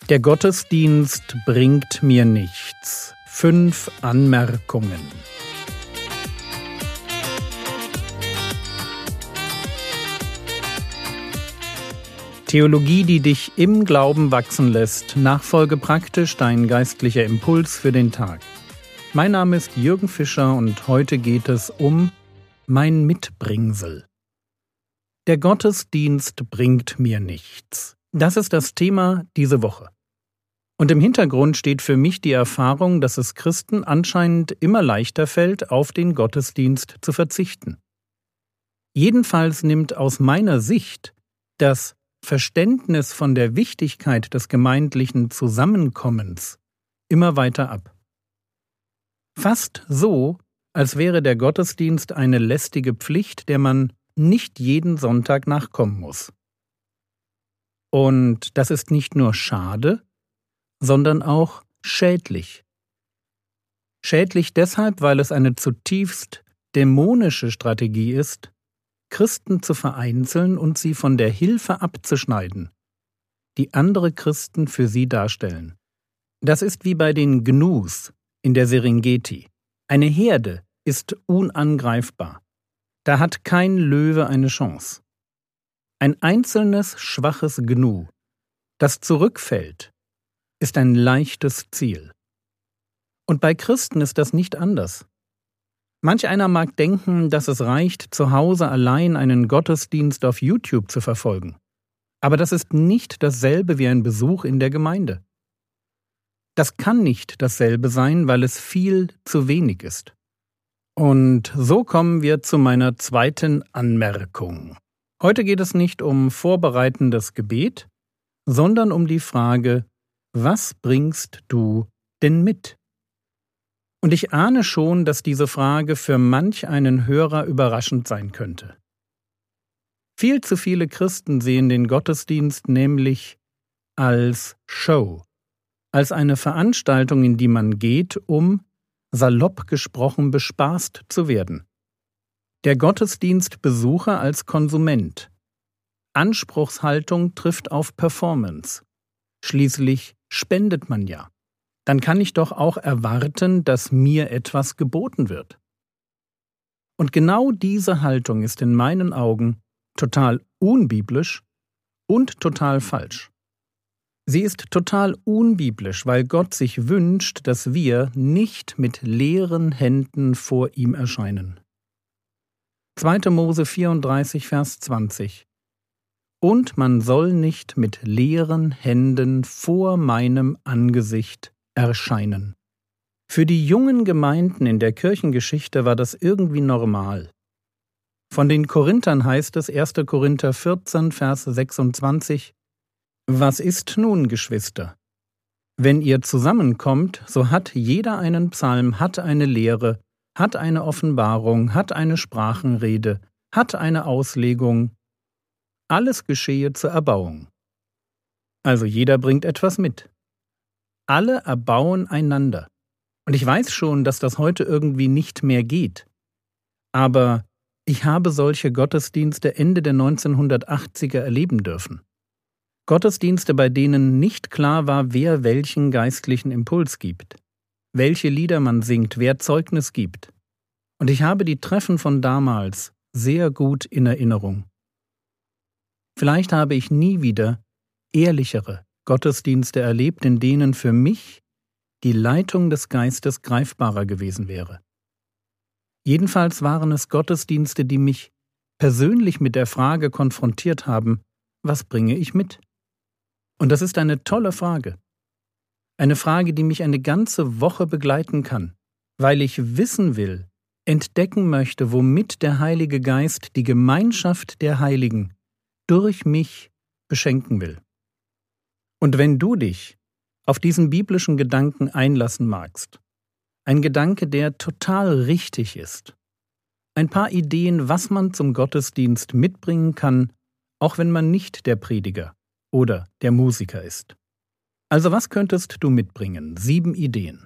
Der Gottesdienst bringt mir nichts. 5 Anmerkungen. Theologie, die dich im Glauben wachsen lässt. Nachfolge praktisch, dein geistlicher Impuls für den Tag. Mein Name ist Jürgen Fischer und heute geht es um mein Mitbringsel. Der Gottesdienst bringt mir nichts. Das ist das Thema diese Woche. Und im Hintergrund steht für mich die Erfahrung, dass es Christen anscheinend immer leichter fällt, auf den Gottesdienst zu verzichten. Jedenfalls nimmt aus meiner Sicht das Verständnis von der Wichtigkeit des gemeindlichen Zusammenkommens immer weiter ab. Fast so, als wäre der Gottesdienst eine lästige Pflicht, der man nicht jeden Sonntag nachkommen muss. Und das ist nicht nur schade, sondern auch schädlich. Schädlich deshalb, weil es eine zutiefst dämonische Strategie ist, Christen zu vereinzeln und sie von der Hilfe abzuschneiden, die andere Christen für sie darstellen. Das ist wie bei den Gnus in der Serengeti. Eine Herde ist unangreifbar. Da hat kein Löwe eine Chance. Ein einzelnes, schwaches Gnu, das zurückfällt, ist ein leichtes Ziel. Und bei Christen ist das nicht anders. Manch einer mag denken, dass es reicht, zu Hause allein einen Gottesdienst auf YouTube zu verfolgen. Aber das ist nicht dasselbe wie ein Besuch in der Gemeinde. Das kann nicht dasselbe sein, weil es viel zu wenig ist. Und so kommen wir zu meiner zweiten Anmerkung. Heute geht es nicht um vorbereitendes Gebet, sondern um die Frage, was bringst du denn mit? Und ich ahne schon, dass diese Frage für manch einen Hörer überraschend sein könnte. Viel zu viele Christen sehen den Gottesdienst nämlich als Show, als eine Veranstaltung, in die man geht, um, salopp gesprochen, bespaßt zu werden. Der Gottesdienstbesucher als Konsument. Anspruchshaltung trifft auf Performance. Schließlich spendet man ja. Dann kann ich doch auch erwarten, dass mir etwas geboten wird. Und genau diese Haltung ist in meinen Augen total unbiblisch und total falsch. Sie ist total unbiblisch, weil Gott sich wünscht, dass wir nicht mit leeren Händen vor ihm erscheinen. 2. Mose 34, Vers 20. Und man soll nicht mit leeren Händen vor meinem Angesicht erscheinen. Für die jungen Gemeinden in der Kirchengeschichte war das irgendwie normal. Von den Korinthern heißt es 1. Korinther 14, Vers 26, Was ist nun, Geschwister? Wenn ihr zusammenkommt, so hat jeder einen Psalm, hat eine Lehre, hat eine Offenbarung, hat eine Sprachenrede, hat eine Auslegung. Alles geschehe zur Erbauung. Also jeder bringt etwas mit. Alle erbauen einander. Und ich weiß schon, dass das heute irgendwie nicht mehr geht. Aber ich habe solche Gottesdienste Ende der 1980er erleben dürfen. Gottesdienste, bei denen nicht klar war, wer welchen geistlichen Impuls gibt, welche Lieder man singt, wer Zeugnis gibt. Und ich habe die Treffen von damals sehr gut in Erinnerung. Vielleicht habe ich nie wieder ehrlichere Gottesdienste erlebt, in denen für mich die Leitung des Geistes greifbarer gewesen wäre. Jedenfalls waren es Gottesdienste, die mich persönlich mit der Frage konfrontiert haben, was bringe ich mit? Und das ist eine tolle Frage. Eine Frage, die mich eine ganze Woche begleiten kann, weil ich wissen will, entdecken möchte, womit der Heilige Geist die Gemeinschaft der Heiligen durch mich beschenken will. Und wenn du dich auf diesen biblischen Gedanken einlassen magst, ein Gedanke, der total richtig ist, ein paar Ideen, was man zum Gottesdienst mitbringen kann, auch wenn man nicht der Prediger oder der Musiker ist. Also was könntest du mitbringen? 7 Ideen.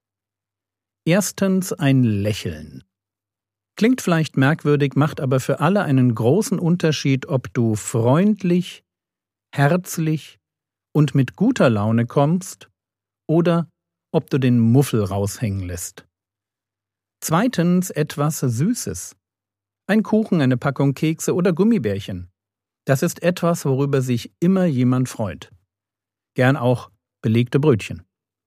Erstens ein Lächeln. Klingt vielleicht merkwürdig, macht aber für alle einen großen Unterschied, ob du freundlich, herzlich und mit guter Laune kommst oder ob du den Muffel raushängen lässt. Zweitens etwas Süßes. Ein Kuchen, eine Packung Kekse oder Gummibärchen. Das ist etwas, worüber sich immer jemand freut. Gern auch belegte Brötchen.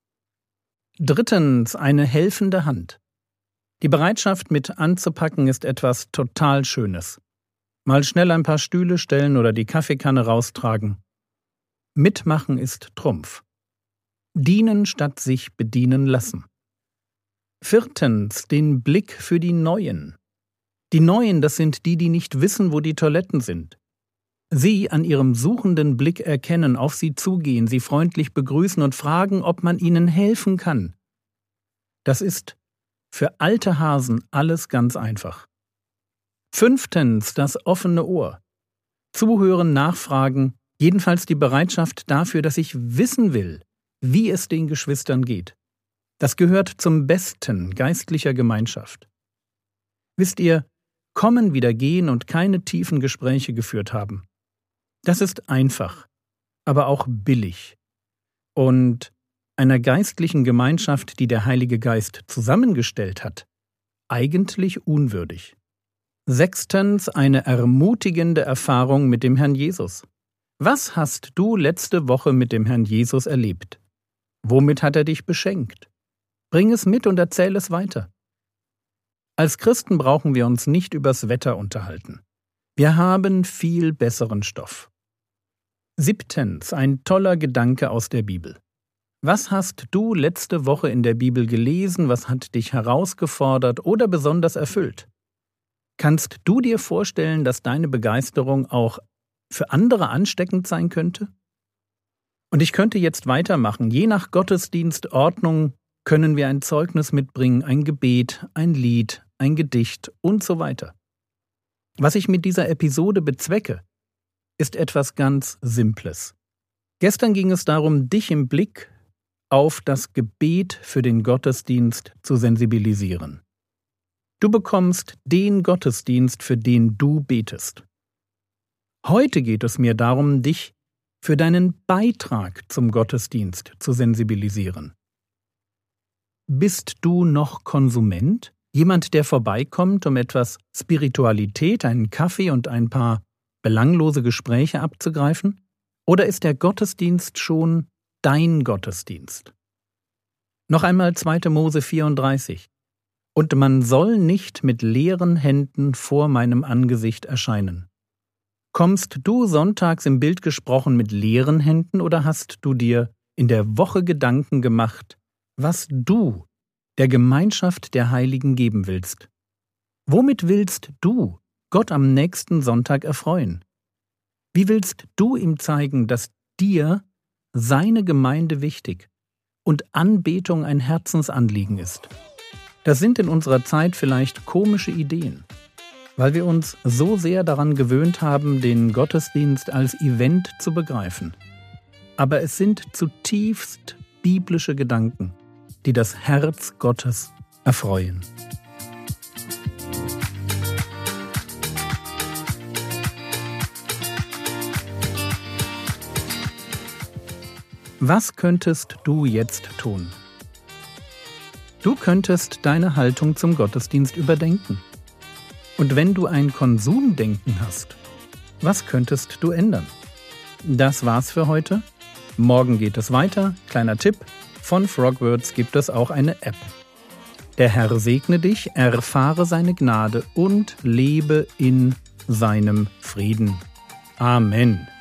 Drittens eine helfende Hand. Die Bereitschaft mit anzupacken ist etwas total Schönes. Mal schnell ein paar Stühle stellen oder die Kaffeekanne raustragen. Mitmachen ist Trumpf. Dienen statt sich bedienen lassen. Viertens den Blick für die Neuen. Die Neuen, das sind die, die nicht wissen, wo die Toiletten sind. Sie an ihrem suchenden Blick erkennen, auf sie zugehen, sie freundlich begrüßen und fragen, ob man ihnen helfen kann. Das ist für alte Hasen alles ganz einfach. Fünftens das offene Ohr. Zuhören, nachfragen, jedenfalls die Bereitschaft dafür, dass ich wissen will, wie es den Geschwistern geht. Das gehört zum Besten geistlicher Gemeinschaft. Wisst ihr, kommen, wieder gehen und keine tiefen Gespräche geführt haben. Das ist einfach, aber auch billig. Und einer geistlichen Gemeinschaft, die der Heilige Geist zusammengestellt hat, eigentlich unwürdig. Sechstens eine ermutigende Erfahrung mit dem Herrn Jesus. Was hast du letzte Woche mit dem Herrn Jesus erlebt? Womit hat er dich beschenkt? Bring es mit und erzähl es weiter. Als Christen brauchen wir uns nicht übers Wetter unterhalten. Wir haben viel besseren Stoff. Siebtens, ein toller Gedanke aus der Bibel. Was hast du letzte Woche in der Bibel gelesen, was hat dich herausgefordert oder besonders erfüllt? Kannst du dir vorstellen, dass deine Begeisterung auch für andere ansteckend sein könnte? Und ich könnte jetzt weitermachen. Je nach Gottesdienstordnung können wir ein Zeugnis mitbringen, ein Gebet, ein Lied, ein Gedicht und so weiter. Was ich mit dieser Episode bezwecke, ist etwas ganz Simples. Gestern ging es darum, dich im Blick auf das Gebet für den Gottesdienst zu sensibilisieren. Du bekommst den Gottesdienst, für den du betest. Heute geht es mir darum, dich für deinen Beitrag zum Gottesdienst zu sensibilisieren. Bist du noch Konsument? Jemand, der vorbeikommt, um etwas Spiritualität, einen Kaffee und ein paar belanglose Gespräche abzugreifen? Oder ist der Gottesdienst schon dein Gottesdienst? Noch einmal 2. Mose 34. Und man soll nicht mit leeren Händen vor meinem Angesicht erscheinen. Kommst du sonntags im Bild gesprochen mit leeren Händen oder hast du dir in der Woche Gedanken gemacht, was du der Gemeinschaft der Heiligen geben willst? Womit willst du Gott am nächsten Sonntag erfreuen? Wie willst du ihm zeigen, dass dir seine Gemeinde wichtig und Anbetung ein Herzensanliegen ist? Das sind in unserer Zeit vielleicht komische Ideen, weil wir uns so sehr daran gewöhnt haben, den Gottesdienst als Event zu begreifen. Aber es sind zutiefst biblische Gedanken, die das Herz Gottes erfreuen. Was könntest du jetzt tun? Du könntest deine Haltung zum Gottesdienst überdenken. Und wenn du ein Konsumdenken hast, was könntest du ändern? Das war's für heute. Morgen geht es weiter. Kleiner Tipp, von Frogwords gibt es auch eine App. Der Herr segne dich, erfahre seine Gnade und lebe in seinem Frieden. Amen.